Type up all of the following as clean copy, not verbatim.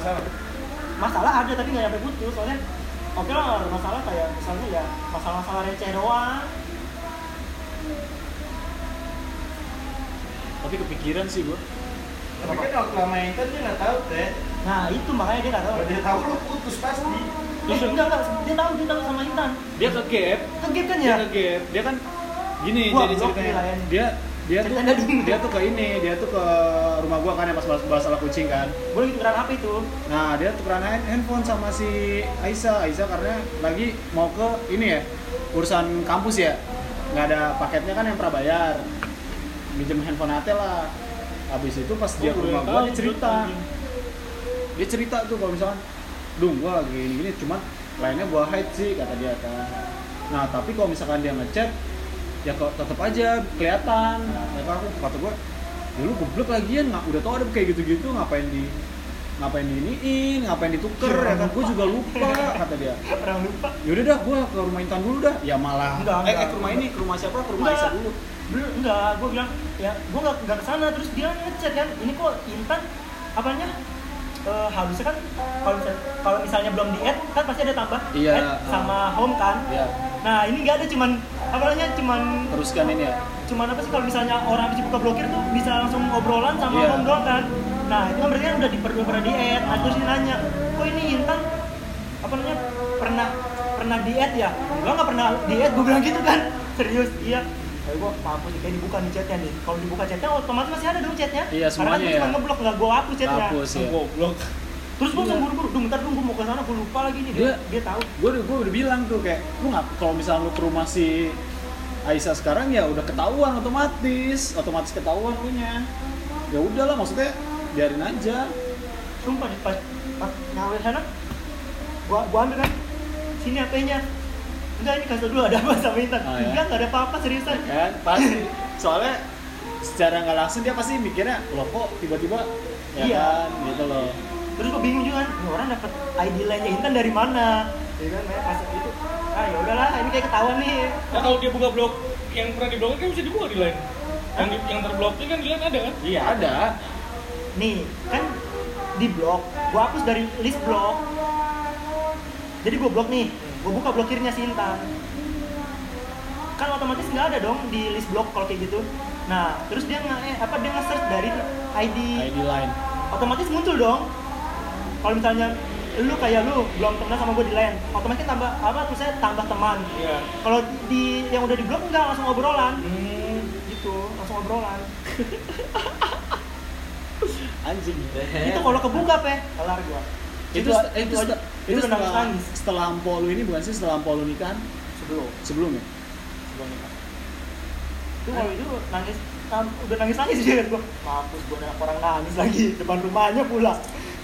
masalah ada tapi nggak sampai putus. Soalnya oke lah, ada masalah kayak misalnya ya masalah-masalah receh doang. Tapi kepikiran sih gua. Tapi kan waktu lama Intan dia nggak tahu teh. Nah itu makanya dia nggak tahu. Kalau dia tahu lu putus pasti. Enggak, dia tahu sama Intan. Dia ke gap Kan ya? Dia kan gini. Wah, jadi ceritanya dia tuh ke ini, dia tuh ke rumah gua kan yang pas bahas salah kucing kan. Gue lagi tukeran HP itu. Nah, dia tukeran handphone sama si Aisyah karena lagi mau ke ini ya, urusan kampus ya. Nggak ada paketnya kan yang prabayar. Minjem handphone ate lah. Habis itu pas dia ke rumah gua dia cerita tuh kalau misalkan gua lagi gini cuman lainnya gua hide sih kata dia kan. Nah, tapi kalau misalkan dia ngechat ya kok tetap aja kelihatan. Ya kan aku kata gua dulu goblok lagian udah tau ada kayak gitu-gitu ngapain diiniin, ngapain dituker ya kan gua juga lupa kata dia. Orang lupa. Yaudah dah gua ke rumah Intan dulu dah. Ya malah Enggak. ke rumah ini, ke rumah siapa? Ke rumah Aisyah dulu. Enggak, gue bilang ya gue nggak kesana, terus dia ngechat kan ini kok Intan apanya harusnya kan kalau misalnya belum di add kan pasti ada tambah add sama home kan. Nah ini nggak ada, cuman teruskan ini ya, cuman apa sih kalau misalnya orang habis buka blokir tuh bisa langsung obrolan sama home doang kan. Nah itu kan berarti kan udah pernah di add. Nah terus dia nanya kok ini Intan pernah di add ya? Gue nggak pernah di add, gue bilang gitu kan. Serius iya. Kayak gue apa sih kayak dibuka nih chatnya nih. Kalau dibuka chatnya otomatis masih ada dong chatnya. Iya semuanya. Karena kan gue cuma ngeblok, nggak gue hapus chatnya. Hapus ya. Goblok. Terus gue langsung buru-buru, bentar dong gue mau ke sana, gue lupa lagi nih. Dia tahu. Gue udah bilang tuh kayak lu nggak, kalau misalnya lu ke rumah si Aisyah sekarang ya udah ketahuan otomatis ketahuan lu nya. Ya udahlah maksudnya biarin aja. Sumpah pas nyampe sana, gue ambil kan sini HP-nya. Enggak, ini kasih dulu ada apa sama Intan. Enggak ada apa-apa seriusan. Kan pasti. Soalnya secara nggak langsung dia pasti mikirnya loh kok tiba-tiba ya kan gitu loh. Terus gue bingung juga kan, ini orang dapat ID line-nya Intan dari mana? Ya kan, pas itu ya udahlah, ini kayak ketahuan nih. Nah, kalau dia buka blog yang pernah diblokir kan bisa dibuka di line. Yang terblokir kan di line ada kan? Iya ada. Nih kan di blok, gue hapus dari list blok. Jadi gue blok nih, gue buka blokirnya si Intan. Kan otomatis nggak ada dong di list blok kalau kayak gitu. Nah terus dia nge-search dari ID line. Otomatis muncul dong. Kalau misalnya lu belum temenan sama gue di line, otomatis tulisannya tambah teman. Iya. Kalau di yang udah di blok enggak, langsung obrolan. Gitu, langsung obrolan. Anjing. Itu kalau kebuka kelar gua. Itu nangis. Setelah ampol lu ini bukan sih, setelah ampol lu nikahan? Sebelum ya? Sebelum nikah. Itu kalau itu nangis, udah nangis dia kan gua. Mampus gua orang nangis lagi depan rumahnya pula.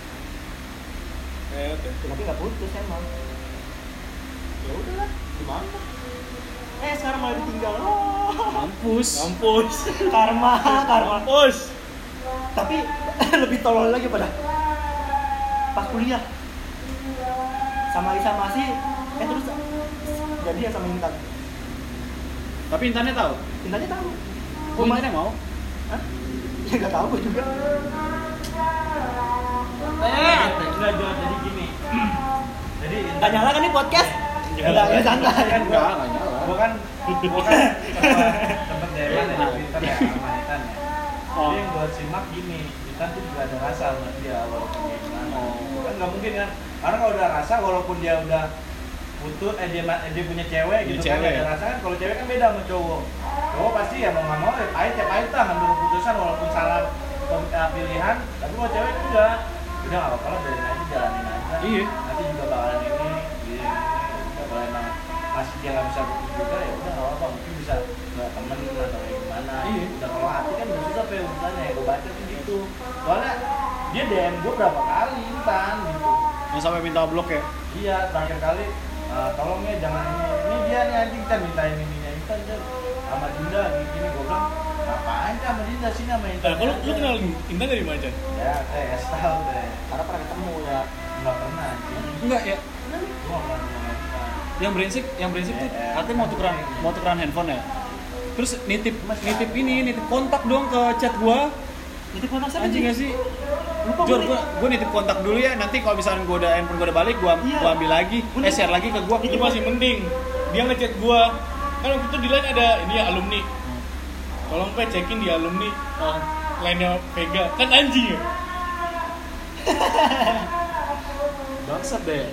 Tapi nggak putus emang. Ya udahlah, gimana? Sekarang malah ditinggal. Mampus. Karma. Mampus. Tapi lebih tolol lagi pada pas kuliah sama Isa masih terus jadian sama Intan. Tapi Intannya tahu? Intannya tahu. Intannya mau? Hah? Ya nggak tahu gue juga. Jadi gini. Jadi Nggak nyala kan nih podcast? Ya santai. Kan nggak nyala. Gua kan sempet DM ya Twitter ya sama Intan ya. Jadi yang gua simak gini, Intan tuh juga ada rasa sama dia walaupun dia gimana. Kan nggak mungkin kan? Karena kalau udah rasa walaupun dia udah putus, dia punya cewek gitu kan, ada rasa kan. Kalau cewek kan beda sama cowok. Cowok pasti ya mau nggak mau pahit lah ngambil keputusan walaupun salah pilihan. Tapi kalau cewek enggak, udah nggak apa-apa lah, biarin aja, jalanin aja. Iya. Nanti juga bakalan ini, kalau emang masih dia nggak bisa putus juga ya udah nggak apa-apa, mungkin bisa nggak temen atau kayak gimana. Iya. Udah kalau hati kan udah susah urusannya ya, gue baca tuh gitu. Soalnya dia DM gue berapa kali Intan gitu. Yang sampai minta blok ya? Iya, terakhir kali tolong ya jangan ini dia nih anjing kan mintain ininya Intan aja sama Dinda gini gue bilang ngapain sama Dinda sini sama Intan. Kalau lu kenal Intan dari mana, Chan? Ya, tahu deh. Karena pernah ketemu ya. Nggak pernah anjing. Enggak ya. Gue nggak pernah sama Intan. Yang brengsek tuh katanya mau tukeran handphone ya. Terus nitip kontak dong ke chat gua. Nitip kontak siapa? Anjing nggak sih? lupa Jor, gue. gue nitip kontak dulu ya. Nanti kalau misalnya handphone gue udah balik, gue Iya. ambil lagi. Share lagi ke gue. Itu masih mending. Dia ngechat gua. Kan waktu itu di line ada ini ya alumni. Tolong Pe cekin di alumni. Line-nya Vega. Kan anjing ya. Bangsat deh.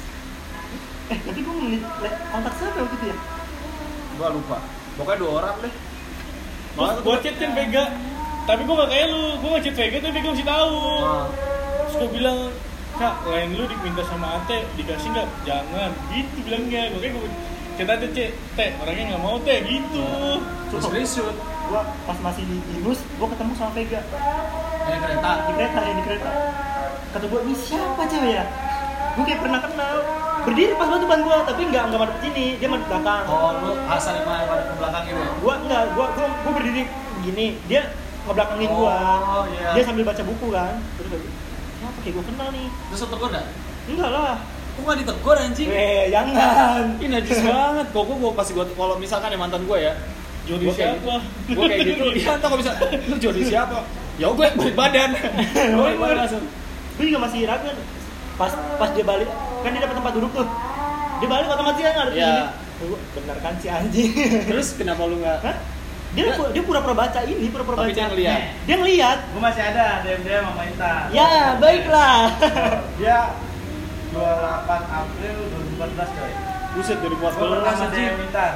Tapi gue menit kontak siapa waktu itu ya? Gue lupa. Pokoknya 2 orang deh. Terus gua chat kan Vega. Tapi gua gak kayak lu. Gua ngechat Vega tapi Vega masih tahu. Terus gua bilang, "Kak, line lu diminta sama Ate, dikasih nggak?" "Jangan." Gitu bilangnya. Makanya gua chat Ate, "Teh, orangnya nggak mau Teh." Gitu. Terus screenshot. Gue pas masih di Inus, gue ketemu sama Vega Kereta. di kereta. Kata gue, ini siapa cewek ya? Gue kayak pernah kenal. Berdiri pas banget depan gue, tapi nggak madep sini, dia madep belakang. Oh, lu asal madep ke belakang gitu ya? Gue berdiri begini, dia ngebelakangin gue. Oh, iya. Dia sambil baca buku kan. Terus gue, siapa kayak gue kenal nih? Terus lu tegur nggak? Enggak lah. Kok nggak ditegur anjing? Jangan. Ini najis banget. Kok gue pasti kalau misalkan ya mantan gue ya, Jody Gua kayak siapa? gue kayak gitu. Iya, entah kok bisa. Lu Jody siapa? Ya gue balik badan. Balik badan langsung. Gue juga masih ragu kan. Pas dia balik, kan dia dapat tempat duduk tuh. Dia balik otomatis kan ada Iya. ini. Bener kan si anjing. Terus kenapa lu nggak? Hah? Dia pura-pura baca ini, pura-pura Tapi baca. dia ngeliat. Dia ngeliat. Gue masih ada DM sama Intan. Ya, baiklah. Dia 28 April 2014 coy. Buset dari buat Gue pertama DM Intan.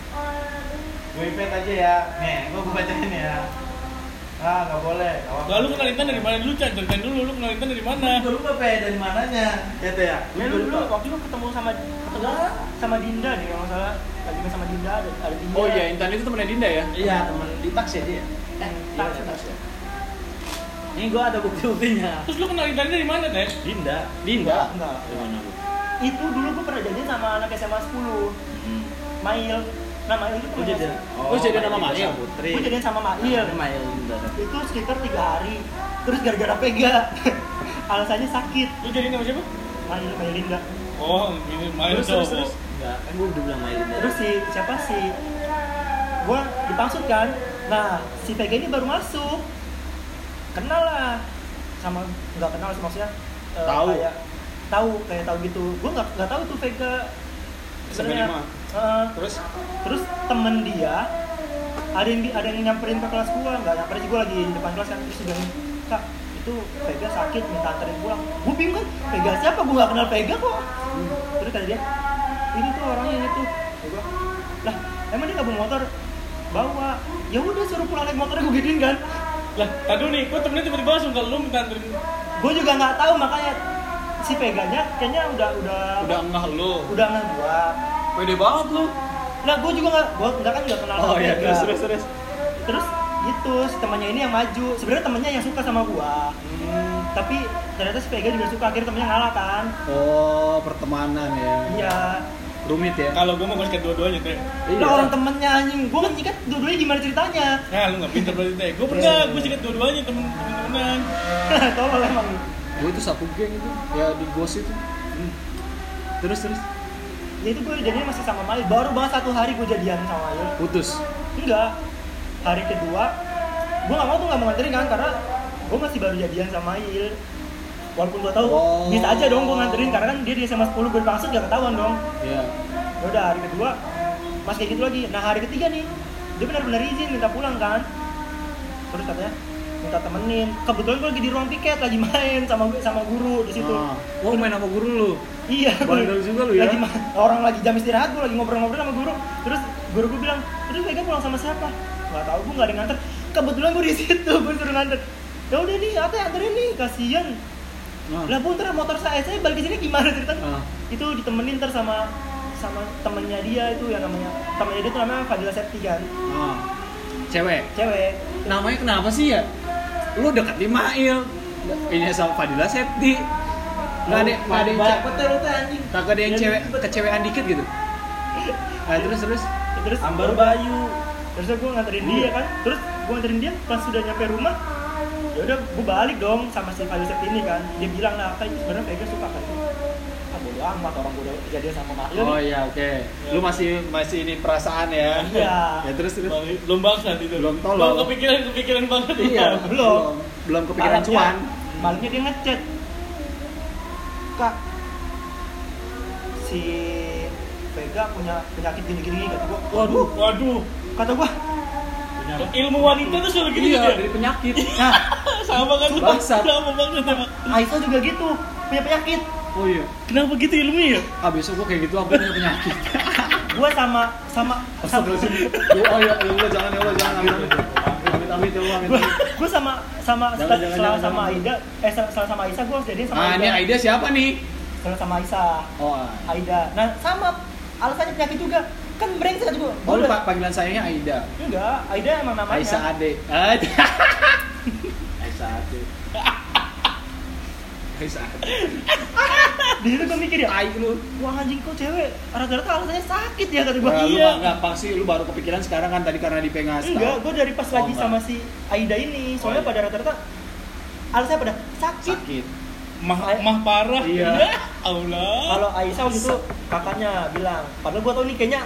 Gue ipet aja ya. Nih, gue bacain ya. Ah, nggak boleh. Lalu kenal Intan dari mana dulu, Chan? Ceritain dulu lu kenal Intan dari mana? Gue lupa Pe, dari mananya. Gitu ya. Lu waktu itu ketemu sama Dinda nih kalau nggak salah. Lagi sama Dinda ada Dinda. Oh iya, Intan itu temennya Dinda ya? Iya, temen di taksi ya dia. tak. Ini gue ada bukti-buktinya. Terus lu kenal Intan dari mana, Teh? Dinda. Dinda. Enggak. Di mana lu? Itu dulu gue pernah jadian sama anak SMA 10. Mail. Nah, Mail itu temen jadi. Oh, jadi nama Mail. Putri. Gue jadian sama Mail. Mail Dinda. Itu sekitar 3 hari. Terus gara-gara Vega. Alasannya sakit. Lu jadi nama siapa? Mail Linda. Oh, ini main Terus. Enggak, kan gue udah bilang Mail Dinda. Terus siapa sih? Gue dipaksud kan. Nah, si Vega ini baru masuk. Kenal lah. Sama nggak kenal sih maksudnya. Tahu. Kayak tahu gitu. Gue nggak tahu tuh Vega. SMA 5. Terus temen dia ada yang nyamperin ke kelas gua, nggak nyamperin sih, gua lagi di depan kelas kan, terus dia bilang, "Kak, itu Vega sakit, minta anterin pulang." Gua bingung kan, Vega siapa? Gua nggak kenal Vega kok. Terus kata dia, "Ini tuh orangnya ini tuh." Gua, "Lah, emang dia nggak bawa motor?" "Bawa." "Ya udah suruh pulang naik motornya," gua gituin kan. Lah, tadi nih, kok temennya tiba-tiba langsung kalau lu minta anterin. Gua juga nggak tahu, makanya si Veganya kayaknya udah Udah ngeh lu. udah nggak gua. Pede banget lu. Nah, gua juga nggak kenal sama Oh iya, Vega. terus. Terus gitu, si temannya ini yang maju. Sebenarnya temannya yang suka sama gua. Tapi ternyata si Vega juga suka, akhirnya temannya ngalah kan. Oh, pertemanan ya. Iya. Rumit ya. Kalau gua mau ngasih dua-duanya, Teh. Lah orang temennya anjing, gua kan nyikat dua-duanya gimana ceritanya? Nah, lu nggak pintar berarti, Teh. Gua pernah, gua sikat dua-duanya temen-temenan. Tolol emang. Gue itu satu geng itu, ya di Ghost itu. Terus. Ya itu gue jadinya masih sama Mail. Baru banget 1 hari gue jadian sama Mail. Putus. Enggak. Hari kedua, gue nggak mau nganterin kan, karena gue masih baru jadian sama Mail. Walaupun gue tahu bisa aja dong gue nganterin, karena kan dia di SMA 10 gue dipaksud gak ketahuan dong. Iya. Ya udah, hari kedua masih kayak gitu lagi. Nah, hari ketiga nih dia benar-benar izin minta pulang kan. Terus katanya minta temenin. Kebetulan gue lagi di ruang piket lagi main sama guru di situ. Wah, main sama guru lu. Iya, Bandel juga lu ya. Orang lagi jam istirahat, gue lagi ngobrol-ngobrol sama guru. Terus guru gue bilang, "Terus Vega pulang sama siapa?" Gak tau, gue gak ada yang nganter. Kebetulan gue di situ, gue suruh nganter. Ya udah nih, Ate anterin nih, kasian. Lah bu, ntar motor saya balik ke sini gimana ceritanya? Itu ditemenin ntar sama temennya dia itu yang temennya dia tuh namanya Fadila Septi kan. Cewek. Namanya kenapa sih ya? Lu dekat di Mail. Ini sama Fadila Septi. Nggak ada yang betul lu tuh anjing. Kagak ada yang cewek kecewean dikit gitu. Nah, terus Ambar Bayu. Terus gue nganterin dia kan. Terus gue nganterin dia pas sudah nyampe rumah. Ya udah gue balik dong sama si Fadila Septi ini kan. Dia bilang, "Nah, kayak sebenarnya Vega suka kan." Bodo amat, orang gue udah kejadian sama Mail. Oh iya, oke. Lu masih ini perasaan ya. Iya. Ya terus. Belum bangsat itu. Belum tolol. Belum kepikiran banget. Iya, belum kepikiran cuan. Malamnya dia ngechat, Kak, si Vega punya penyakit gini-gini, kata gua. Waduh. Kata gua, Ilmu wanita tuh selalu gini Iya, ya. dari penyakit. nah, Sama kan tuh. Bangsat. Sama banget emang. Aisyah juga gitu, punya penyakit. Oh iya. Kenapa gitu ilmunya ya? Besok gua kayak gitu aku punya penyakit. Gua sama Astagfirullahaladzim. Oh ya Allah, jangan ya Allah, jangan amit ya Allah, amit. gua sama Jangan. sama Aida, setelah sama Aisyah gua harus jadian sama Aida. Ini Aida siapa nih? Setelah sama Aisyah. Oh. Aida. Nah, sama alasannya penyakit juga. Kan brengsek juga. Oh, lu panggilan sayangnya Aida. Enggak, Aida emang namanya. Aisyah Ade. Aisyah Ade. Aisyah Ade. Di situ gua mikir ya, Tai lu. wah anjing kok cewek rata-rata alasannya sakit ya kata gua. Nah, lu Iya. enggak pasti lu baru kepikiran sekarang kan tadi karena di pengas. Enggak, gua dari pas lagi enggak. sama si Aida ini, soalnya iya. pada rata-rata alasannya pada sakit. Sakit. Mah parah. Iya. Ya Allah. Kalau Aisyah waktu itu kakaknya bilang, padahal gua tau nih kayaknya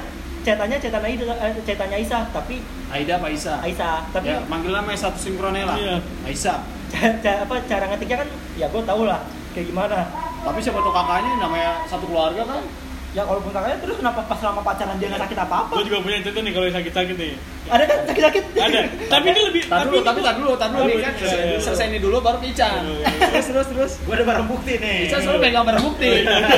cetannya Aisyah, tapi Aida apa Aisyah? Aisyah, tapi Ya, manggil namanya satu sinkronnya lah. Iya. Aisyah. cara ngetiknya kan ya gua tahu lah kayak gimana. Tapi siapa tuh kakaknya namanya satu keluarga kan? Ya walaupun kakaknya terus kenapa pas selama pacaran dia nggak sakit apa-apa? Gue juga punya cerita nih kalau yang sakit-sakit nih. Ada kan sakit-sakit? Ada. Tapi ini lebih. Tar dulu nih kan. Iya. Selesai ini dulu baru Ican. Terus. Gua ada barang bukti nih. Ican selalu pegang barang bukti.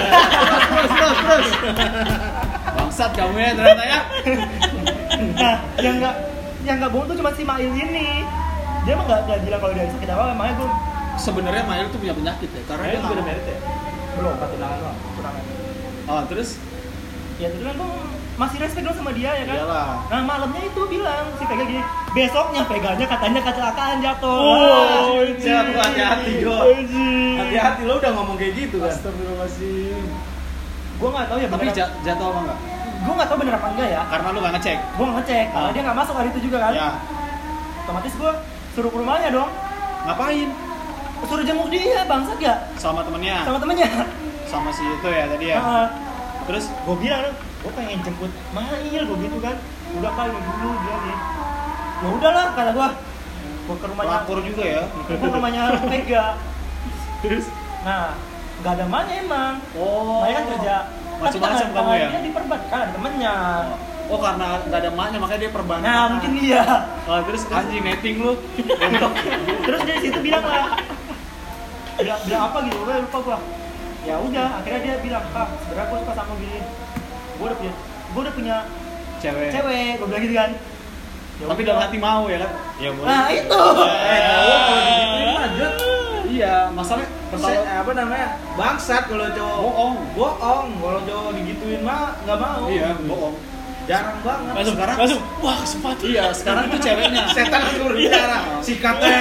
Terus. Bangsat kamu ya ternyata ya. Nah, yang nggak bohong tuh cuma si Mail ini. Dia emang nggak bilang kalau dia sakit apa, makanya gue Sebenarnya Mail tuh punya penyakit ya, karena dia Udah merit ya? belum tunangan doang, tunangan. Oh, terus Ya itu kan gue masih respect dong sama dia ya kan. iyalah. Nah malamnya itu bilang si Vega gini, besoknya Veganya katanya kecelakaan jatuh. Oh, Siap, lu hati-hati Jo. Anjing. Hati-hati lo udah ngomong kayak gitu kan. Astagfirullahaladzim. Gue nggak tahu ya Tapi bener. jatuh apa enggak? Gue nggak tahu bener apa enggak ya. Karena lu gak ngecek. Gue ngecek, karena Ah. dia nggak masuk hari itu juga kan. Ya. Otomatis gue suruh ke rumahnya dong. Ngapain? Suruh jenguk dia, bangsat ya. Sama temennya. Sama temennya. Sama si itu ya tadi ya. Heeh. Terus Gue bilang, gue pengen jemput Mail, gue gitu kan. Udah kali dulu dia nih. Ya udahlah kata gue. Gue ke rumahnya. pelakor juga ya. Gue ke rumahnya Vega. Terus Nah, nggak ada emaknya emang. oh. Maya kan kerja. Macam-macam kamu ya. Dia diperban, kan ada temennya. Oh, karena nggak ada emaknya makanya dia perban. Nah, mungkin iya. Oh, terus anjing netting lu. Terus dia di situ bilang lah. Bilang apa gitu, gue lupa gua. Ya udah, akhirnya dia bilang, "Kak, sebenarnya gua suka sama gini. Gua udah punya cewek." Gua bilang gitu kan. Ya Tapi udah. dalam hati mau ya kan? Ya Nah, itu. Cowok kalau digituin mah Jod. Iya, masalahnya Apa namanya? Bangsat kalau cowok. Bohong. Kalau cowok digituin mah nggak mau. Iya, bohong. Jarang banget. Langsung, Sekarang- langsung. Wah, kesempatan. Iya, sekarang tuh ceweknya. Setan langsung berbicara. Sikatnya.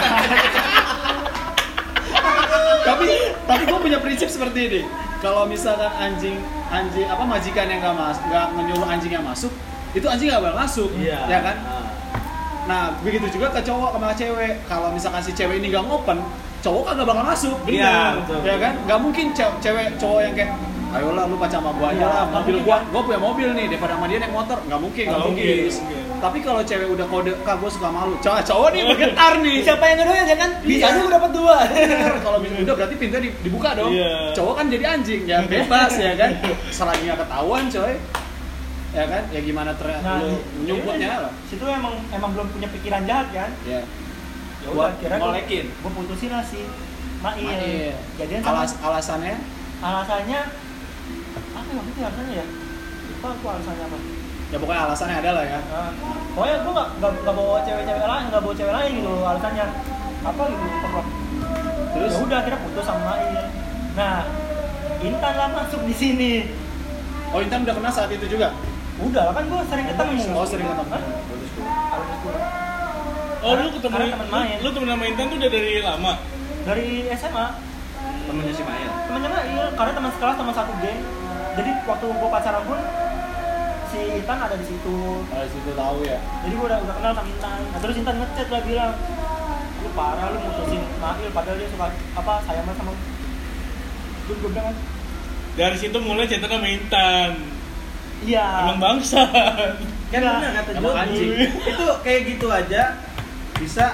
tapi gue punya prinsip seperti ini. Kalau misalkan anjing apa majikan yang nggak menyuruh anjingnya masuk, itu anjing nggak bakal masuk, Iya. ya kan? Nah, begitu juga ke cowok sama cewek. Kalau misalkan si cewek ini nggak ngopen, cowok kagak bakal masuk, Iya, betul. ya kan? Nggak mungkin cewek cowok yang kayak, ayolah lu pacar sama gua aja Iya, lah, nggak mobil mungkin, gua punya mobil nih daripada sama dia naik motor, nggak mungkin, nggak Nggak mungkin. mungkin. Tapi kalau cewek udah kode, kak gua suka malu, cowok nih bergetar nih. Siapa yang ngedoyan ya kan? Bisa Iya. aja gua dapat 2. Kalau udah berarti pintunya dibuka dong. Iya. Cowok kan jadi anjing, ya bebas ya kan. Selagi nggak ketahuan coy, ya kan? Ya gimana Nah, lu nyumputnya iya, lah. situ emang belum punya pikiran jahat kan? Ya. Ya Buat udah, akhirnya ngolekin. Gua putusin lah si Mail. Mail. Jadian sama Alasannya? alasannya apa ya waktu itu alasannya ya? Lupa aku alasannya apa. Ya pokoknya alasannya ada lah ya. Nah, pokoknya gue nggak bawa cewek-cewek lain, nggak bawa cewek lain gitu alasannya apa gitu. Terus? Ya udah akhirnya putus sama Mail. Nah, Intan lah masuk di sini. Oh, Intan udah kenal saat itu juga? Udah kan gue sering ketemu. Oh, sering ketemu. Hah? Alumni sekolah. Oh, lu ketemu Karena teman main. lu temen sama Intan tuh udah dari lama. Dari SMA. Temennya si Mail. Temennya Mail, karena teman sekelas teman satu geng. Jadi waktu gue pacaran pun si Intan ada di situ. Dari situ tahu ya. Jadi gue udah kenal sama Intan. Nah, terus Intan ngechat lah bilang, lu parah lu mutusin Mail padahal dia suka apa sayang banget sama gue bilang kan, Dari situ mulai chatan sama Intan. iya. Emang bangsa. Kan Enggak. benar kata Emang Jod. anjing. Itu kayak gitu aja bisa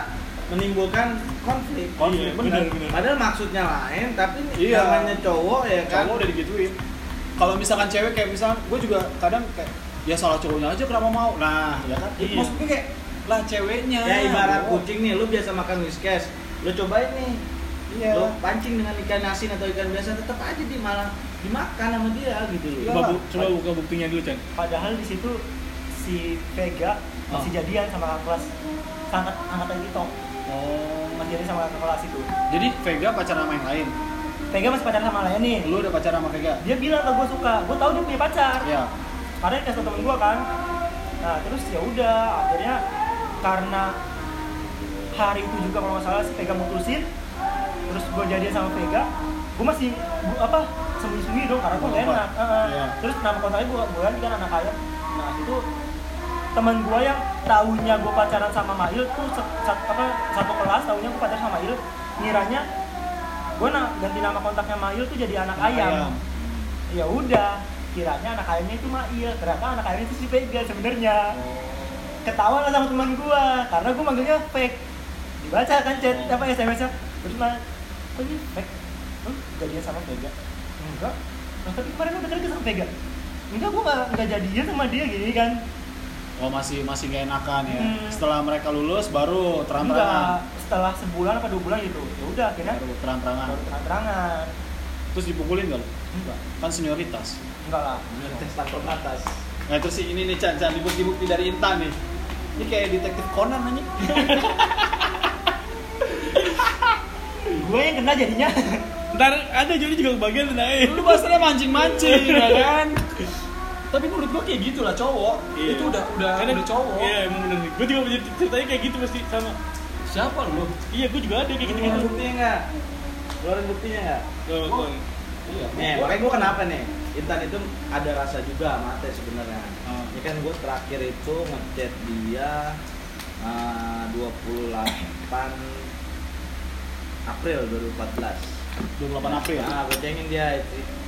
menimbulkan konflik. Iya, benar. Padahal maksudnya lain, tapi Iya. namanya cowok ya kan. Cowok udah digituin. Kalau misalkan cewek kayak misalkan gue juga kadang kayak ya salah cowoknya aja kenapa mau. Nah, ya kan. Iya. Maksudnya kayak lah ceweknya. Ya ibarat Oh. kucing nih, lu biasa makan whiskas, lu cobain nih. Iya. Lu pancing dengan ikan asin atau ikan biasa, tetap aja dia malah dimakan sama dia gitu loh. Iya. Coba buka buktinya dulu, Chan. Padahal di situ si Vega masih jadian sama kakak kelas angkatan itu. Oh. Masih jadi sama kakak kelas itu. Jadi Vega pacaran sama yang lain. Vega masih pacaran sama Lea nih. Lu udah pacaran sama Vega? Dia bilang ke gue suka, gue tahu dia punya pacar. Iya. Karena dia kasih temen gue kan. Nah terus ya udah akhirnya karena hari itu juga kalau nggak salah si Vega mutusin, terus gue jadian sama Vega, gue masih sembunyi-sembunyi dong karena gue gak enak. Iya. Terus nama kontaknya gue ganti kan anak kaya. Nah itu teman gue yang tahunya gue pacaran sama Mail tuh satu kelas tahunya gue pacaran sama Mail, ngiranya gue ganti nama kontaknya Mail tuh jadi anak ayam. Ya udah, kiranya anak ayamnya itu Mail, ternyata anak ayamnya itu si Vega sebenarnya. Ketawa lah sama teman gue, karena gue manggilnya fake. Dibaca kan chat apa SMS-nya, terus mah, kok ini fake? Jadian sama Vega? Enggak. Nah, tapi kemarin lo deket sama Vega? Enggak, gue nggak jadian sama dia gini kan. Oh masih gak enakan ya. Setelah mereka lulus baru terang-terangan. Enggak, setelah sebulan apa 2 bulan gitu. Ya udah akhirnya Baru terang-terangan. baru terang-terangan. Terus dipukulin gak lu? Enggak. Kan senioritas. Enggak lah. Tes tanpa batas. Nah terus ini nih Chan bukti-bukti dari Intan nih. Ini kayak detektif Conan aja. Gue yang kena jadinya. Ntar ada jadi juga kebagian tentang Lu bahasanya mancing-mancing ya kan? Tapi menurut gua kayak gitu lah cowok. Iya. Itu udah cowok. Iya emang bener nih. Gue juga punya ceritanya kayak gitu pasti sama. Siapa lu? Iya gue juga ada kayak gitu Keluarin gitu. buktinya nggak? Keluarin buktinya nggak? Tuh. Iya. Nih, makanya gue kenapa nih? Intan itu ada rasa juga sama Ate sebenarnya. Ini kan gue terakhir itu ngechat dia 28 April 2014. 28 April. Nah, gue cengin dia,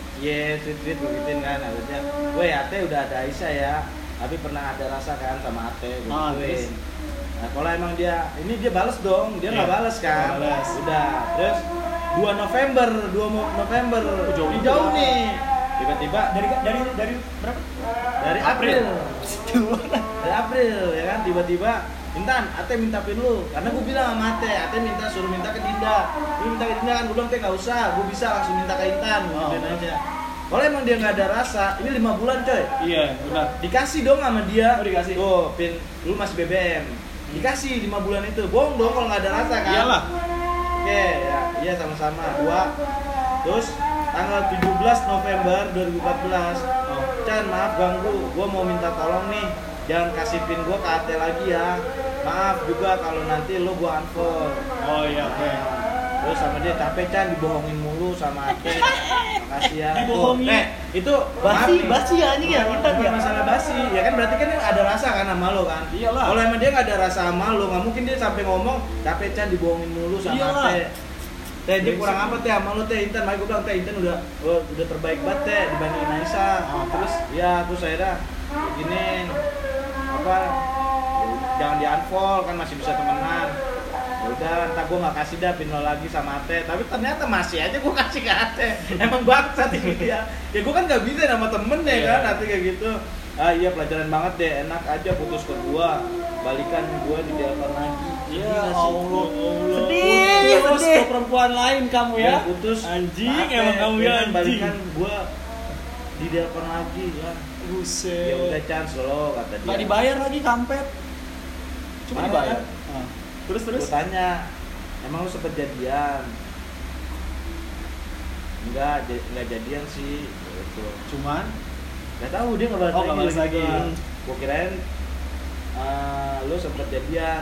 tweet gue gituin kan. Akhirnya, gue Ate udah ada Aisyah ya, tapi pernah ada rasa kan sama Ate, gue gituin. Nah, kalau emang dia, ini dia balas dong, dia nggak balas kan? Nggak bales. Udah, terus 2 November, jauh nih. Tiba-tiba Dari berapa? dari April. Dari April ya kan, tiba-tiba Intan, Ate minta pin lu, karena gue bilang sama Ate suruh minta ke Dinda. Lu minta ke Dinda kan, gue bilang nggak usah, gue bisa langsung minta ke Intan, gituin aja. Kalau emang dia nggak ada rasa, ini 5 bulan coy. Iya, benar. Dikasih dong sama dia. Oh, dikasih. Tuh, pin lu masih BBM. Dikasih 5 bulan itu. Bohong dong kalau nggak ada rasa kan. Iyalah. Oke, ya, iya sama-sama. 2. Terus tanggal 17 November 2014. Chan, maaf ganggu. Gua mau minta tolong nih. Jangan kasih pin gua ke Ate lagi ya. Maaf juga kalau nanti lu gua unfollow. Oh iya, oke. Terus sama dia capek Chan dibohongin mulu sama Ate. Makasih ya. Dibohongin. Itu maaf nih. Basi ya anjing ya Intan Bukan ya. masalah basi, ya kan berarti kan ada rasa kan sama lo kan. Iyalah. Kalau emang dia nggak ada rasa sama lo, nggak mungkin dia sampai ngomong capek Chan dibohongin mulu sama Iyalah. Teh. Teh dia kurang apa Teh sama lo Teh Intan, makanya gue bilang Teh Intan udah terbaik banget Teh dibandingin Aisyah. Terus ya terus saya dah gini apa jangan di unfollow kan masih bisa temenan. Ya udah, entar gue nggak kasih dah pin lo lagi sama Ate, tapi ternyata masih aja gue kasih ke Ate. Emang bangsat ini dia. Ya gue kan nggak bisa sama temen ya kan, Ate kayak gitu. Ah iya pelajaran banget deh, enak aja putus ke gua, balikan gua di telepon lagi. Ya Allah. Sedih, Terus sedih. ke perempuan lain kamu ya. Putus Anjing, Ate, emang kamu ya, anjing. Balikan gua di telepon lagi ya. Buset. Ya udah chance lo kata dia. Nggak dibayar lagi kampet. Cuma Marah, dibayar. kan? Terus Gua tanya, emang lu sempet jadian? Enggak jadian sih. Gitu. Cuman Gak tahu dia nggak balas Oh, nggak balas lagi. Gue kirain lu sempet jadian.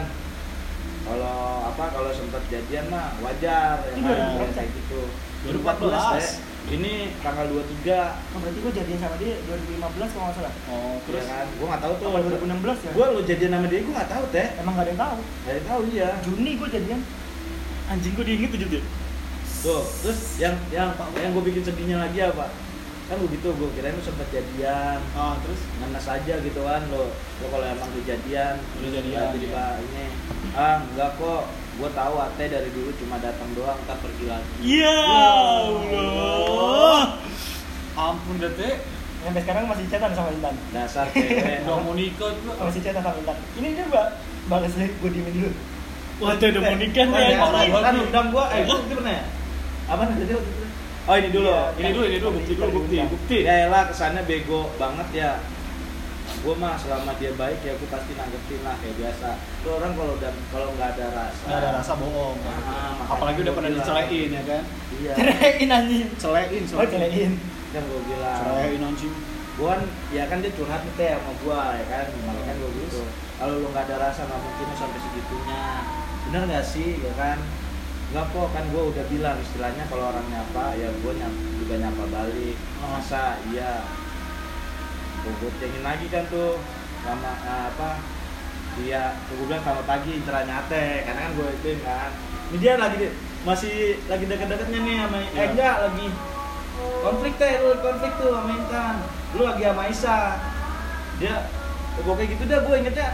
Kalau sempet jadian mah wajar ya Ini kan, 2014 kayak gitu. 2014. Teh. Ini tanggal 23. Oh, berarti gue jadian sama dia 2015 kalau nggak salah. oh Terus terus kan, gue nggak tahu tuh. Apa 2016 ya? Gue lu jadian sama dia, gue nggak tahu teh. Emang gak ada yang tahu. Gak ada yang tahu iya. Juni gue jadian. Anjing gue diinget tuh jadi. Tuh, terus yang gue bikin sedihnya lagi apa? Kan begitu, gue kirain lu sempet jadian. terus Ngenes aja gitu kan lo kalau emang udah jadian Udah jadian, tiba-tiba ini enggak kok Gue tahu Ate dari dulu cuma datang doang, ntar pergi lagi. Ya Allah. Ampun deh teh. Sampai sekarang masih chatan sama Intan. Dasar cewek. Udah mau nikah juga. Masih chatan sama Intan. Ini dia mbak balas dari gue diemin dulu. Wah, tuh udah mau nikah nih. Gua kan undang gua, gua itu pernah ya? Apa tadi waktu itu? Oh ini dulu. Iya, Ini dulu, bukti. Ya elah kesannya bego banget ya. Gue mah selama dia baik ya gue pasti nanggepin lah kayak biasa. Lu orang kalau nggak ada rasa. Nggak ada rasa bohong. Makanya Apalagi udah gua pernah bilang. dicelein ya kan? Iya. Cerein anjing. Celein, Oh cerein. Kan gue bilang. Celein anjing. Gue kan ya kan dia curhat nih teh sama gue ya kan. Makanya kan gue gitu. Kalau lu nggak ada rasa nggak mungkin lu sampai segitunya. Bener nggak sih ya kan? Nggak kok kan gue udah bilang istilahnya kalau orang nyapa ya gue juga nyapa balik. Masa iya. Gue cengin lagi kan tuh sama dia gue bilang selamat pagi incerannya Ate karena kan gue ituin kan ini dia masih lagi deket-deketnya nih sama enggak lagi konflik tuh sama Intan lu lagi sama Isa dia gue kayak gitu dah gue ingetnya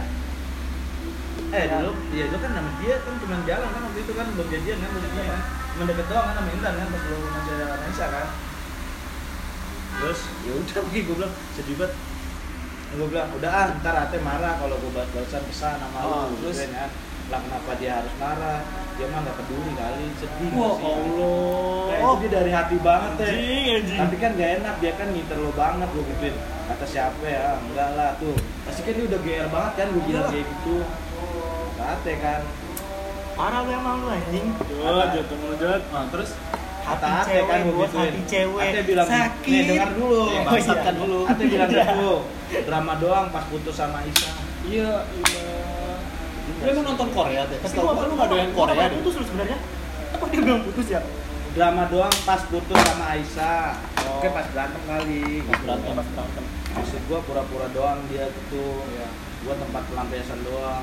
dulu kan nama dia kan cuma jalan kan waktu itu kan belum jadian kan maksudnya kan cuma deket doang kan sama Intan kan pas lu masih sama Isa kan terus ya udah gue bilang sedih banget gue bilang udah ntar Ate marah kalau gue balasan pesan sama lu terus kan lah kenapa dia harus marah dia mah nggak peduli kali sedih Wah sih Allah. kayak itu dia dari hati banget teh Anjing. tapi kan gak enak dia kan ngiter lo banget gue gituin kata siapa ya enggak lah tuh pasti kan dia udah GR banget kan gue bilang kayak gitu kata Ate kan Parah lu emang lu anjing. Jatuh melejat. Nah, terus kata Hati Ate kan cewek, gue bos, gituin hati cewek. Ate bilang Sakit. nih dengar dulu ya, Oh, bangsatkan iya. dulu. Ate bilang gitu drama doang pas putus sama Isa Iya. Lu emang nonton Korea teh? Kasih tau gua lu nggak doyan Korea Korea deh. putus lu sebenarnya. Apa dia bilang putus ya? drama doang pas putus sama Aisyah. Oke pas berantem kali. Pas berantem, pas berantem. Maksud gua pura-pura doang dia gitu. Iya. Gua tempat pelampiasan doang.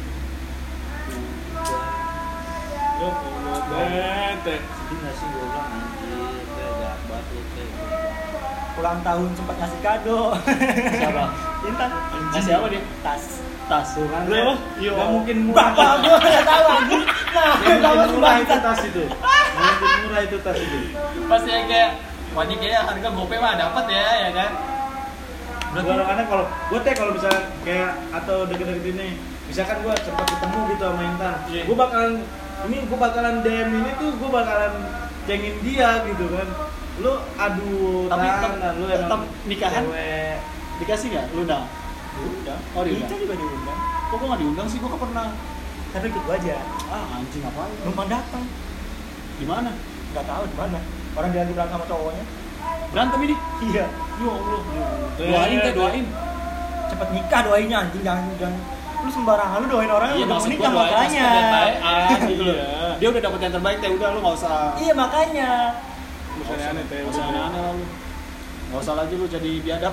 Ya Allah, bete. Sedih nggak sih gua bilang anjir, teh jahat banget lu, teh. Ulang tahun sempat ngasih kado. Siapa? Intan. Ngasih apa dia? Tas. Tas. Tuh kan, Lu? teh. Gak mungkin murah. Bapak gua enggak tahu anjing. Nah, Gak bapak mungkin murah itu bangsat. tas itu. Gak mungkin murah itu tas itu. Pasti yang kayak wajib kayak harga GoPay mah dapat ya kan? Berarti kadang kalau gue teh kalau misalnya kayak atau deket-deket ini, misalkan gue sempat ketemu gitu sama Intan, Iya. gue bakalan DM ini tuh gue bakalan cengin dia gitu kan. Lu aduh, Tapi Tan, lu tetap emang nikahan? cewek. Dikasih nggak? Lu undang? Diundang. Oh, diundang. Ica juga diundang. Kok gua nggak diundang sih? Gua nggak pernah. Tapi ikut gua aja. Ah anjing ngapain? Numpang datang. Di mana? Enggak tahu di mana. Orang dia lagi berantem sama cowoknya. Berantem ini? Iya. Ya Allah. Doain teh, doain. Cepet nikah doainnya anjing jangan. Lu sembarangan lu doain orang yang udah mau maksud nikah gua doain makanya. maksudnya gitu loh. Iya. Dia udah dapet yang terbaik teh, udah lu nggak usah. Iya makanya. Misalnya aneh teh. Nggak usah aneh-aneh lah lu. Nggak usah lagi lu jadi biadab.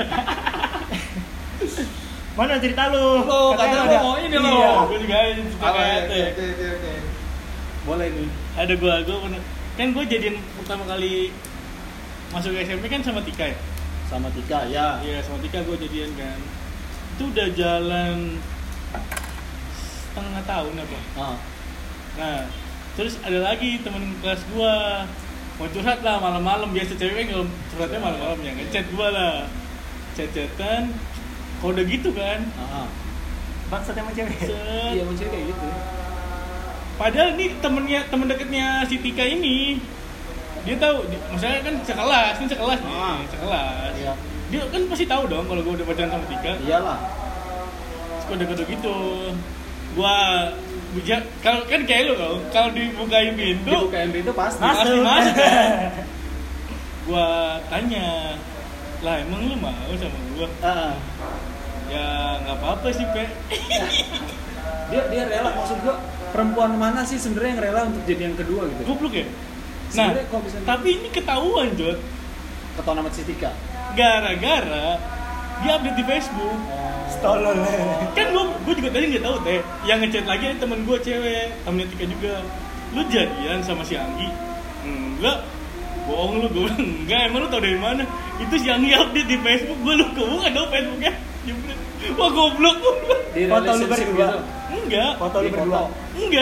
Mana cerita lu? Lu, katanya lu mau ini lu. Iya. Gue juga suka kayak teh. Boleh nih. Ada gue pernah. Kan gue jadian pertama kali masuk ke SMP kan sama Tika ya. Sama Tika ya. Iya sama Tika gue jadian kan. Itu udah jalan setengah tahun apa. Ah. Nah, terus ada lagi temen kelas gua mau curhat lah malam-malam, biasa cewek kalau curhatnya malam-malam ya, ngechat gua lah, chat-chatan, kalau udah gitu kan, Ah. Bangsat emang cewek. set. Iya maksudnya kayak gitu. Padahal nih temen deketnya si Tika ini, dia tahu, maksudnya kan sekelas nih, sekelas. Iya. Dia kan pasti tahu dong kalau gua udah pacaran sama Tika. Iyalah. Terus gua deket gitu, gua kalau kan kayak lu kalau dibukain pintu Dibukain pintu pasti. Masuk kan? Gua tanya, lah emang lu mau sama gua? Ah. Ya nggak apa-apa sih Pe. Dia rela, maksud gua perempuan mana sih sebenarnya yang rela untuk jadi yang kedua gitu? Goblok ya. Nah, Sebenarnya kok bisa tapi ini ketahuan Jod, ketahuan sama si Tika. gara-gara dia update di Facebook. Tolol. Kan gua juga tadi nggak tahu teh. Yang ngechat lagi ada temen gua cewek, temennya Tika juga. Lu jadian sama si Anggi? Enggak. Bohong lu, gue bilang enggak. Emang lu tau dari mana? Itu si Anggi update di Facebook. Gua nggak tahu Facebooknya. Wah goblok. Di Foto lu relationship berdua. gitu. Enggak. Foto lu Di berdua. foto. Enggak.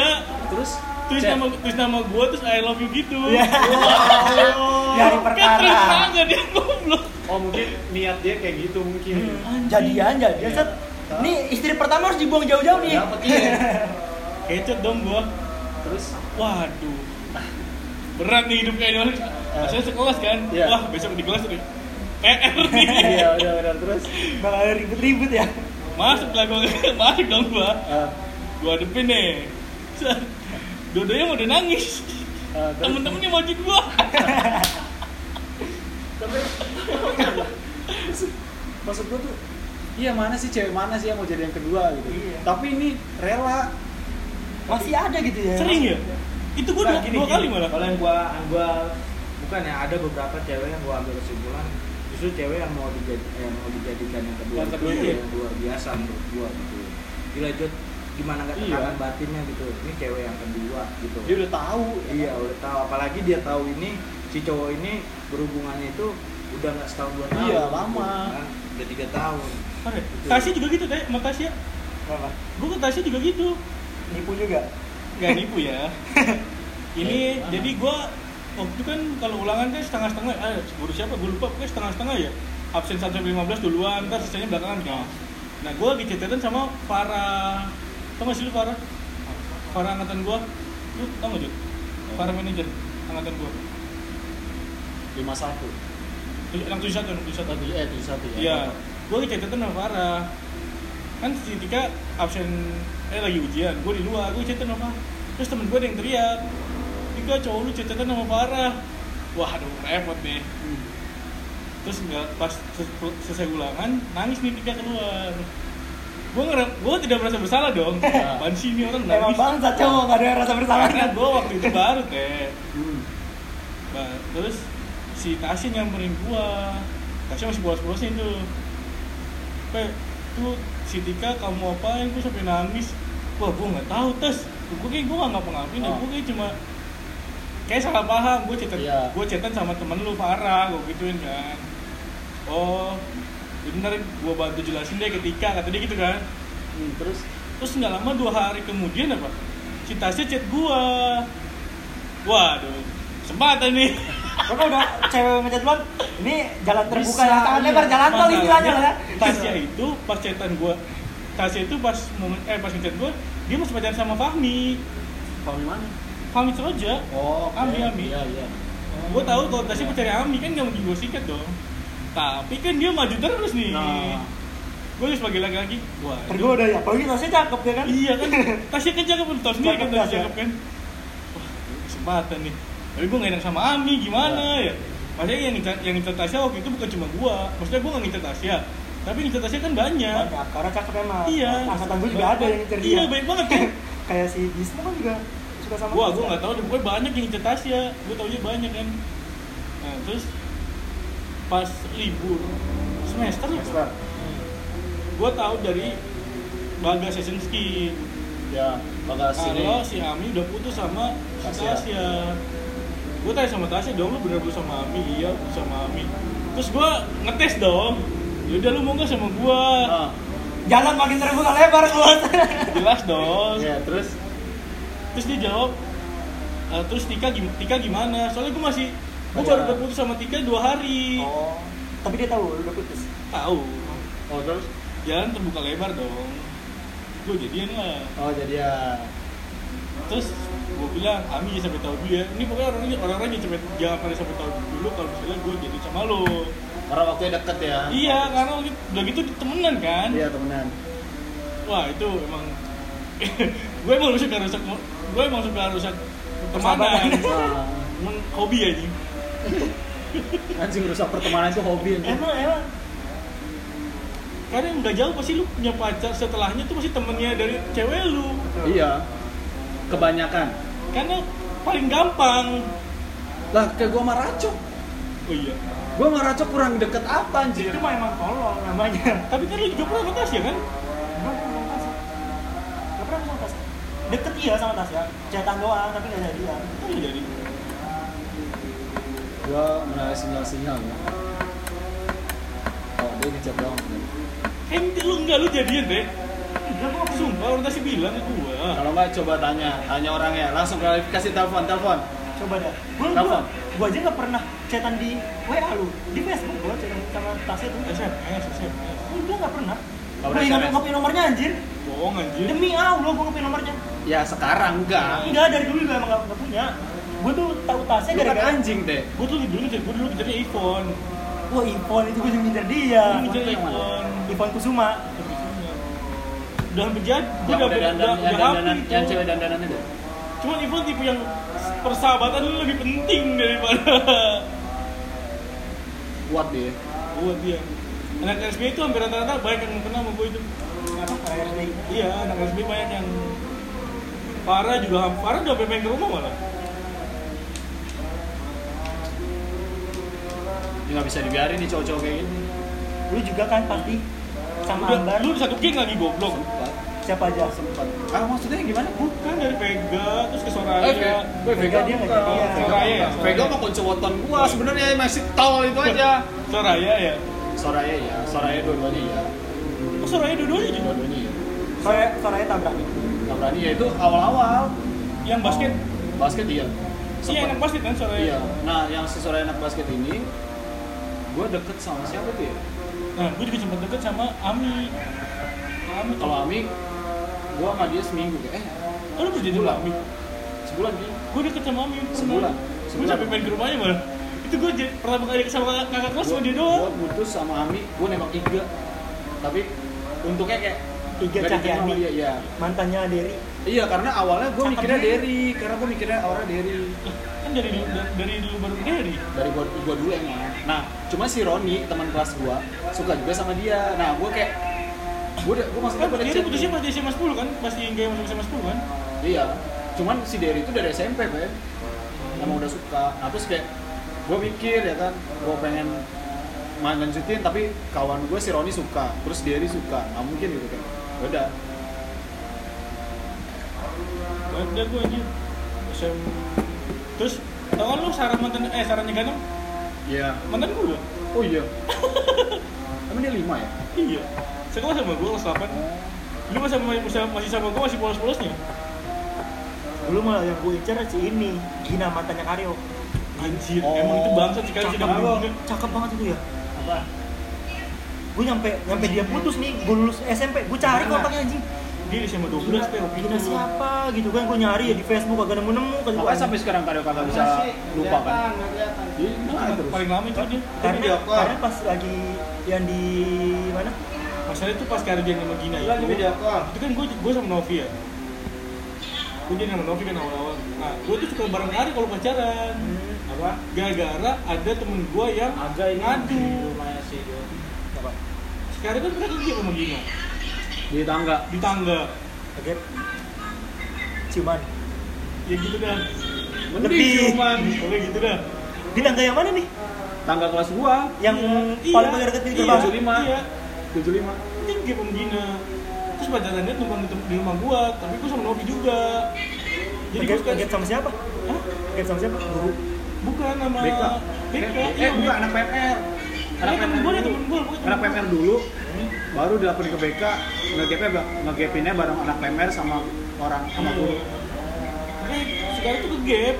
terus Tulis nama gue terus I love you gitu. Iya. Nyari Kan perkara. terus banget dia goblok. oh mungkin niat dia kayak gitu mungkin. Jadian. Iya. Set. Ini istri pertama harus dibuang jauh-jauh nih. Dapat iya. Kecut dong gue. Terus Waduh. Berat nih hidup kayak ini. Maksudnya sekelas kan. Iya. Wah besok di kelas nih. PR nih. iya udah terus Bakal ribut-ribut ya. Masuk lah gue. Masuk dong gue. ah, Gue hadepin nih. Set. Dodonya udah nangis. terus Temen-temennya maju gue. tapi maksud gua tuh iya mana sih cewek mana sih yang mau jadi yang kedua gitu. Iya. Tapi ini rela. Masih ada gitu ya. Sering ya? Itu gue Nah, dua kali malah. Kalau yang gua bukan ya, ada beberapa cewek yang gua ambil kesimpulan justru cewek yang mau dijadikan yang kedua. Yang kedua itu iya. yang luar biasa menurut gua gitu. Gila Jod, gimana nggak tekanan Iya. batinnya gitu. Ini cewek yang kedua gitu. Dia udah tahu. Iya, udah tahu. Apalagi dia tahu ini si cowok ini berhubungannya itu udah nggak setahun 2 tahun. Iya, lama. Kan? Udah 3 tahun. Ada. Tasya juga gitu deh, sama Tasya. Apa? Gue ke Tasya juga gitu. Nipu juga. Gak nipu ya. Ini jadi gue waktu itu kan kalau ulangan kan setengah-setengah. Guru siapa? Gue lupa. Pokoknya setengah-setengah ya. Absen 1-15 duluan, ntar sisanya belakangan kan. Nah gue lagi chatan sama Farah. Tau gak sih lu Farah? Farah angkatan gue. Lu tau gak Jod? Farah manajer angkatan gue. 51. Yang 71, yang 71. Tadi 71 ya. Iya, gue lagi chatan sama Farah. Kan si Tika absen, lagi ujian, gue di luar, gue chatan sama Farah. Terus temen gue ada yang teriak, Tika cowok lu chatan sama Farah. Wah aduh repot nih. Terus pas selesai ulangan, nangis nih Tika keluar. Gue tidak merasa bersalah dong. Apaan sih ini orang Emang nangis. bangsa cowok, gak ada rasa bersalah. Karena gue waktu itu baru teh. Hmm. Terus si Tasya nyamperin gua. Tasya masih bolos-bolosnya tuh. Tuh si Tika kamu apain? Gua sampai nangis. Wah, gua nggak tahu Tas. Gua nggak ngapa-ngapain. Gua kayak cuma kayak salah paham. Gua chatan sama temen lu Farah. Gua gituin kan. Oh, bentar gua bantu jelasin deh ke Tika. Kata dia gitu kan. Terus nggak lama 2 hari kemudian apa? Si Tasya chat gua. Waduh, kesempatan nih. Karena udah cewek ngechat duluan, ini jalan terbuka Bisa, ya, tangan lebar, iya. jalan tol istilahnya lah ya. Tasya itu pas chatan gue, Tasya itu pas ngechat gue, dia masih pacaran sama Fahmi. Fahmi mana? Fahmi Seroja. Oh, Ami. Iya. Gue tahu kalau Tasya pacaran Ami kan nggak mungkin gue sikat dong. Tapi kan dia maju terus nih. Nah. Gue sebagai laki-laki, wah. Tergoda ya, apalagi Tasya cakep ya kan? Iya kan, Tasya kan cakep, lu tau sendiri kan Cakep, Tasya cakep kan. Wah, kesempatan nih. Tapi gue gak enak sama Ami, gimana ya? Maksudnya yang ngincer Tasya waktu itu bukan cuma gue. Maksudnya gue gak ngincer Tasya, tapi ngincer Tasya kan banyak. Banyak, karena cakep emang. Iya. Angkatan gue juga ada yang ngincer dia. Iya, baik banget kan. Kayak si Bisma kan juga suka sama Gue Tasya. gak tahu deh, pokoknya banyak yang ngincer Tasya. Gue taunya banyak kan. Nah, terus pas libur semester ya, gue tahu dari Bagas Session Skin. Ya, Bagas ini. Kalau si Ami udah putus sama si Tasya. Gue tanya sama Tasya dong, lu bener-bener sama Ami? Iya, sama Ami. Terus gue ngetes dong. Yaudah lu mau gak sama gue? Ah, Jalan makin terbuka lebar bos. Jelas dong. ya, terus Terus dia jawab, terus Tika gimana? Soalnya gue baru Pacaran. berputus sama Tika 2 hari. Oh, tapi dia tahu lu udah putus. Tahu. oh terus Jalan terbuka lebar dong. Gue jadian lah. oh jadi ya Terus gue bilang, Ami jangan sampai tahu dulu ya. Ini pokoknya orang-orang jangan pernah sampai tahu dulu kalau misalnya gue jadi sama lo. orang waktunya deket ya. Iya, karena udah gitu temenan kan. Iya, temenan. Wah itu emang gue emang suka rusak pertemanan. Nah, Emang hobi aja. anjing rusak pertemanan itu hobi anjing. Emang. Karena nggak jauh pasti lu punya pacar setelahnya tuh pasti temennya dari cewek lu. Iya. Kebanyakan. Karena paling gampang. Lah kayak gua sama Racok. Oh iya. Gua sama Racok kurang deket apa anjir? Itu mah emang tolong namanya. Tapi kan lu juga pernah sama Tasya kan? Gak pernah sama Tasya. Deket iya sama Tasya, chatan doang tapi gak jadian. Kan lu jadi. Gua menarik sinyal-sinyal ya. Oh, dia ngechat doang. Lu jadian deh. Lah gua Sumpah orientasi bilang ke gua. Kalau nggak coba tanya orangnya, langsung klarifikasi telepon. coba dah. Telepon. Gua aja nggak pernah chatan di WA lu, di Facebook gua chatan sama Tasya tuh. SMS. Gua nggak pernah. Nggak Gua pernah ingat SMS. nggak punya nomornya anjir. Bohong anjir. Demi Allah gua nggak punya nomornya. Ya sekarang enggak. Enggak, dari dulu juga emang nggak punya. Gua tuh tahu Tasya Lu kan gara-gara anjing deh. Gua dulu ngejarnya iPhone. wah Ipon itu gua juga ngincer dia. Gua ngejar yang mana? iPhone. Ipon Kusuma. Udah hampir jadi. Gua Yang udah udah dandan, yang hapus dandanan, itu. yang cewek dandanan itu. Cuman iPhone tipe yang persahabatan lu lebih penting daripada Kuat dia. buat dia. Anak SBY itu hampir rata-rata banyak yang kenal sama gue itu. Apa kayak RD? Iya, anak SBY banyak yang Farah udah sampai main ke rumah malah. Ini nggak bisa dibiarin nih cowok-cowok kayak gini. Lu juga kan pasti sama Udah, Ambar. lu satu geng lagi goblok. Siapa aja? Maksudnya gimana? Bukan dari Vega terus ke Soraya. Vega dia nggak bukan. jadi ya. Soraya ya? Vega mah koncowotan gua sebenarnya masih tol itu aja. Soraya ya. Soraya ya, Soraya dua-duanya ya. Oh, Soraya dua-duanya juga. Dua-duanya ya. Soraya tabrak. Nggak berani ya itu awal-awal. Yang basket. Basket iya. Iya, anak basket kan Soraya. Iya. Nah, yang si Soraya anak basket ini gua deket sama siapa tuh ya? Nah, gue juga sempat deket sama Ami. Kalau Ami gua sama dia seminggu kayak Oh, lu berjanji sama Ami? sebulan nih. Gue deket sama Ami. Sebulan. Gue sampai main ke rumahnya malah. Itu gue pertama kali sama kakak kelas sama dia Gua doang. putus sama Ami, gua nembak Iga. Tapi untungnya kayak Iga nggak diterima Cahyani. sama dia, iya. Mantannya Derry. Iya, karena awalnya gua Cakep mikirnya juga. Derry, karena gua mikirnya awalnya Derry. Kan dari dulu baru dari. Dari gua dulu emang. Nah, cuma si Roni teman kelas gua suka juga sama dia. Nah, gua kayak gua maksudnya Kan pada dia chat putusnya nih. pas di SMA 10 kan? Pas di Inggris masuk SMA 10 kan? Iya. Cuman si Derry itu dari SMP, Beb. Emang udah suka. Nah, terus kayak gua mikir ya kan, gua pengen lanjutin tapi kawan gua si Roni suka, terus Derry suka. Nggak mungkin gitu kan. Udah. Ada gue aja. Terus tau kan lu sarannya Ganem? Iya. Mantan gue. Oh iya. Emang dia 5 ya? Iya. Sekelas sama gue kelas 8. Lu masih sama gue masih polos-polosnya. Dulu malah yang gue incer si ini, Gina mantannya Karyo. Anjir, Oh, emang itu bangsat sekali sih Cakep dah. Cakep banget itu ya. Apa? Gue nyampe dia putus nih, gue lulus SMP, gue cari Mana? kontaknya anjing. Dia di SMA 12 tuh. Gina siapa gitu kan, gue nyari ya di Facebook agak nemu-nemu kan. Makanya sampai sekarang kagak bisa lupa kan? Iya, Nah, terus. paling lama itu dia. karena pas lagi yang di mana? Masalah itu pas kejadian sama Gina itu. Itu kan gue sama Novi ya. Gue jadi sama Novi kan awal-awal. Nah, gue tuh suka bareng Ari kalau pacaran. Apa? Gara-gara ada temen gue yang Agak ini ngadu. rumahnya si dia. Apa? Sekarang kan mereka dia sama Gina Di tangga. di tangga. Oke. Ciuman. Ya gitu dah. Mending ciuman. Oke gitu dah. Di tangga yang mana nih? Tangga kelas gua Yang paling dekat di gerbang. 75. Iya. 75. Tinggi sama Gina. Terus pacarannya numpang di rumah gua, tapi gua sama Novi juga. Jadi gua suka Kaget sama siapa? Hah? Kaget sama siapa? Guru. Bukan nama BK. Iya, Bukan anak PMR. Anak temen PMR gue, dulu. temen gue. Anak PMR dulu, baru dilaporin ke BK, ngegapinnya bareng anak PMR sama orang sama guru. Oke, sekarang tuh ke gap.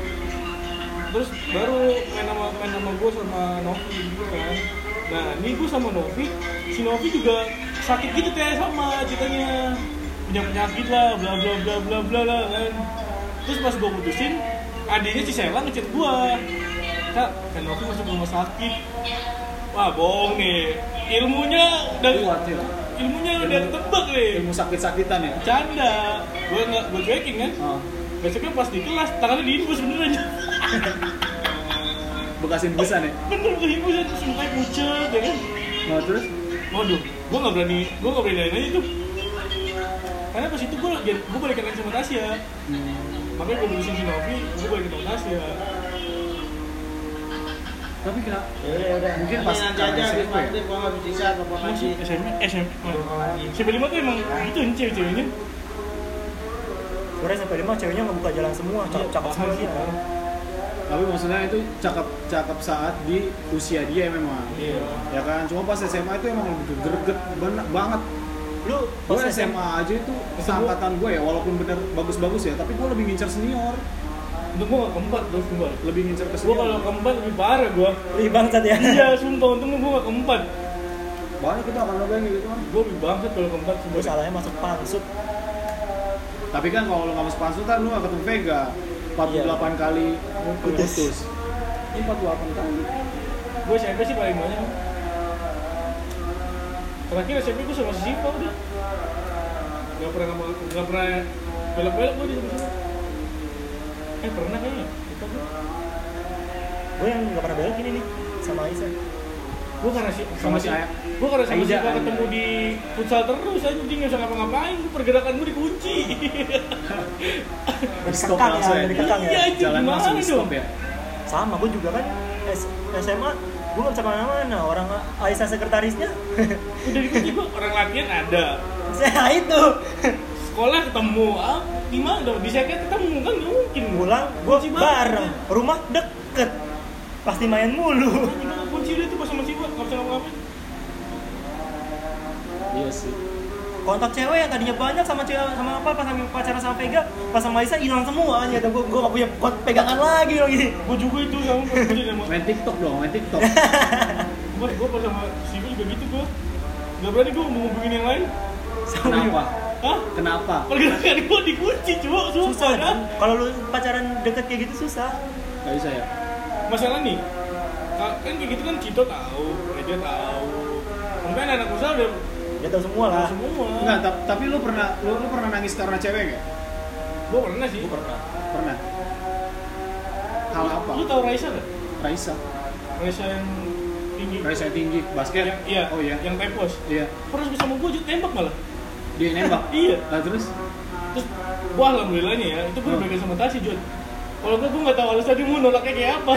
Terus baru main sama gue sama Novi gitu kan. Nah, ini gue sama Novi, si Novi juga sakit gitu kayak sama ceritanya. Punya penyakit lah, bla bla bla bla bla lah kan. Terus pas gue putusin, adiknya si Sela ngechat gue. Kak, kan Novi masuk rumah sakit. Wah, bohong nih. Ilmunya udah ketebak nih. Ilmu sakit-sakitan ya. Canda. Gue cuekin kan. Oh. Besoknya pas di kelas, tangannya diinfus beneran. Bekas infusan ya. Bener diinfus, terus mukanya pucet ya kan. Nah, terus Waduh, gue gak berani nanya itu. Karena pas itu gue balikan lagi sama Tasya. Makanya gue berusin si Novi, gue balikin sama Tasya. tapi kenapa? Ya udah. Mungkin Nanti pas nanti karena aja SMP habis ya? maghrib gua nggak bisa telepon lagi. SMP 5 tuh emang itu nih cewek-ceweknya. Sebenarnya sampai 5 ceweknya nggak buka jalan semua, cakep semua sih. Tapi maksudnya itu cakep saat di usia dia memang. Iya. Ya kan, cuma pas SMA itu emang lebih greget banget. Lu Lu Gue pas SMA aja itu seangkatan gue ya, walaupun bener bagus-bagus ya, tapi gue lebih ngincer senior, Untuk gue gak keempat terus gue. lebih ngincer ke Gue senior. kalau keempat lebih parah gue. Lebih bangsat ya. Iya, sumpah untung gue gak keempat. Banyak kita akan nyobain gitu kan. Gue lebih bangsat kalau keempat Gue sumpah. salahnya masuk pansut. Tapi kan kalau lu nggak masuk pansutan lu nggak ketemu Vega 48 kali putus. Ini 48 kali. Gue SMP sih paling banyak. Terakhir SMP gue sama si Siva udah. Gak pernah belok-belok gue di sana. Pernah kayaknya. Lupa gue. Gue yang nggak pernah belok ini nih sama Aisyah. Gue karena Sama si Aya. gue karena sama Aida, Siva Aida. ketemu di futsal terus aja, dia nggak usah ngapa-ngapain, pergerakan gue dikunci. Dari Stop kekang langsung ya, ya. dari kekang ya. Iya, anjing, Jalan gimana langsung di dong? stop ya. Sama, gue juga kan SMA gue nggak bisa kemana-mana. Orang Aisyah sekretarisnya Udah dikunci gue, orang latihan ada, saya itu sekolah ketemu, gimana dong? Di seket ketemu kan nggak mungkin. pulang gue Kunci banget. bareng, rumah deket, pasti main mulu. Gimana kunci dia tuh pas sama Siva, nggak bisa ngapa-ngapain. Iya sih. Kontak cewek yang tadinya banyak sama cewek sama apa pas sama pacaran sama Vega, pas sama Aisyah hilang semua. Ternyata gue nggak punya pegangan lagi lagi. Gue juga itu sama gue jadi sama Main TikTok dong, main TikTok. gue pas sama Siva juga gitu gue. Nggak berani gue mau hubungin yang lain. Kenapa? Hah? Kenapa? Pergerakan gue dikunci cuma Susah kan? kan? Kalau lu pacaran deket kayak gitu susah. Gak bisa ya? Masalah nih, kan kayak gitu kan Cito tahu, Reja tahu, mungkin anak usaha udah Dia tahu semua lah. tahu semua. Enggak, tapi lu pernah nangis karena cewek nggak? Gue pernah sih. Pernah. Hal apa? Lu tahu Raisa nggak? Raisa. Raisa yang tinggi. Raisa yang tinggi, basket. Yang, iya. Oh iya. Yang tepos. Iya. Pernah sama gue juga tembak malah. Dia nembak. Iya. Nah, terus Terus gue alhamdulillahnya ya, itu gue udah pegang sama Tasya Jod. Kalau gue nggak tahu alasan dia mau nolaknya kayak apa.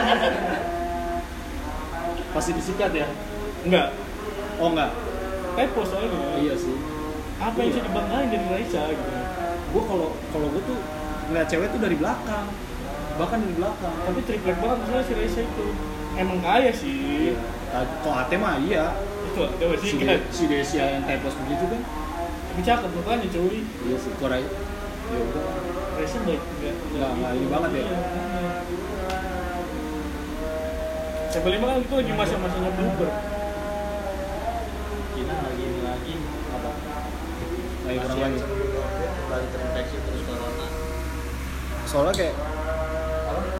pasti disikat ya? Enggak. Oh enggak. Tepos soalnya. Iya sih. Apa yang bisa dibanggain dari Raisa gitu. Gue kalau gue tuh ngeliat cewek tuh dari belakang, bahkan dari belakang. Tapi triplek banget masalah si Raisa itu. Emang kaya sih. Kok Ate mah iya. Itu coba sih kan. Si Desia yang typos begitu kan? Tapi cakep makanya cuy. Iya sih. Kok Raisa? Ya udah. Raisa nggak Nggak ini banget ya? Iya, makanya. Sampai 5 kan itu lagi masa-masanya blooper. Cina lagi ini lagi Apa? Lagi kurang lagi. lagi terinfeksi terus corona. Soalnya kayak